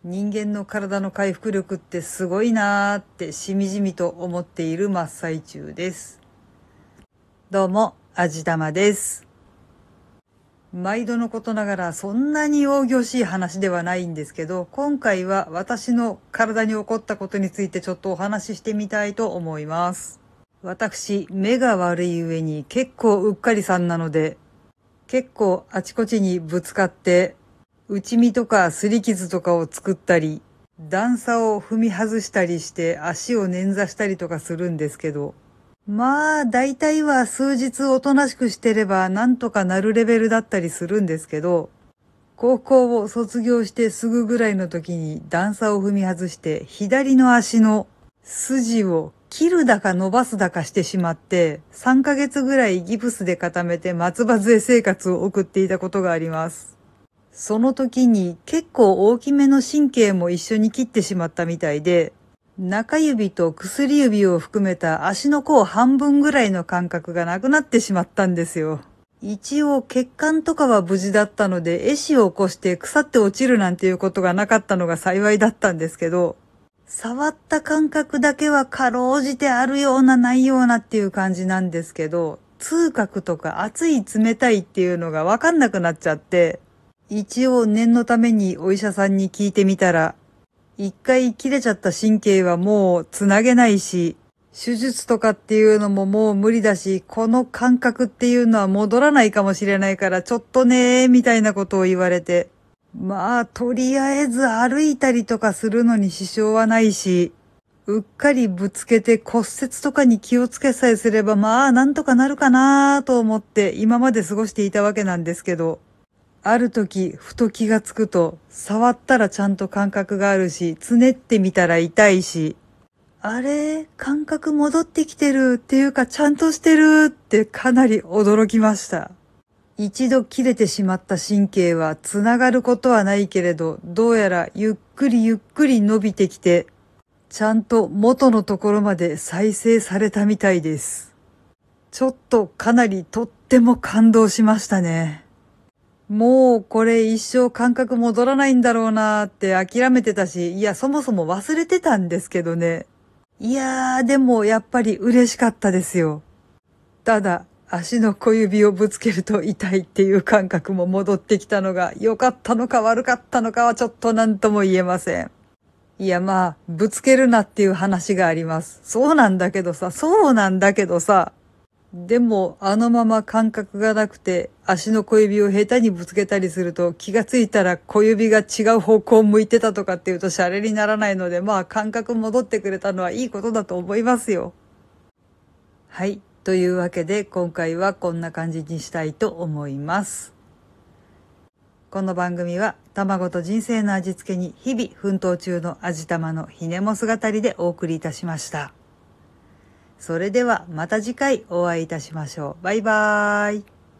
人間の体の回復力ってすごいなーってしみじみと思っている真っ最中です。どうも、あじたまです。毎度のことながらそんなに仰々しい話ではないんですけど、今回は私の体に起こったことについてちょっとお話ししてみたいと思います。私、目が悪い上に結構うっかりさんなので、結構あちこちにぶつかって、内身とか擦り傷とかを作ったり、段差を踏み外したりして足を捻挫したりとかするんですけど、まあ大体は数日おとなしくしてればなんとかなるレベルだったりするんですけど、高校を卒業してすぐぐらいの時に段差を踏み外して左の足の筋を切るだか伸ばすだかしてしまって、3ヶ月ぐらいギプスで固めて松葉杖生活を送っていたことがあります。その時に結構大きめの神経も一緒に切ってしまったみたいで、中指と薬指を含めた足の甲半分ぐらいの感覚がなくなってしまったんですよ。一応血管とかは無事だったので、壊死を起こして腐って落ちるなんていうことがなかったのが幸いだったんですけど、触った感覚だけはかろうじてあるようなないようなっていう感じなんですけど、痛覚とか熱い冷たいっていうのがわかんなくなっちゃって、一応念のためにお医者さんに聞いてみたら、一回切れちゃった神経はもうつなげないし、手術とかっていうのももう無理だし、この感覚っていうのは戻らないかもしれないからちょっとねーみたいなことを言われて、まあとりあえず歩いたりとかするのに支障はないし、うっかりぶつけて骨折とかに気をつけさえすればまあなんとかなるかなーと思って今まで過ごしていたわけなんですけど、ある時、ふと気がつくと、触ったらちゃんと感覚があるし、つねってみたら痛いし、あれ、感覚戻ってきてるっていうかちゃんとしてるってかなり驚きました。一度切れてしまった神経はつながることはないけれど、どうやらゆっくりゆっくり伸びてきて、ちゃんと元のところまで再生されたみたいです。ちょっとかなりとっても感動しましたね。もうこれ一生感覚戻らないんだろうなーって諦めてたし、いやそもそも忘れてたんですけどね。いやーでもやっぱり嬉しかったですよ。ただ足の小指をぶつけると痛いっていう感覚も戻ってきたのが良かったのか悪かったのかはちょっと何とも言えません。いやまあ、ぶつけるなっていう話があります。そうなんだけどさ、でも、あのまま感覚がなくて、足の小指を下手にぶつけたりすると、気がついたら小指が違う方向を向いてたとかっていうとシャレにならないので、まあ感覚戻ってくれたのはいいことだと思いますよ。はい。というわけで、今回はこんな感じにしたいと思います。この番組は、卵と人生の味付けに日々奮闘中の味玉のひねも姿りでお送りいたしました。それではまた次回お会いいたしましょう。バイバーイ。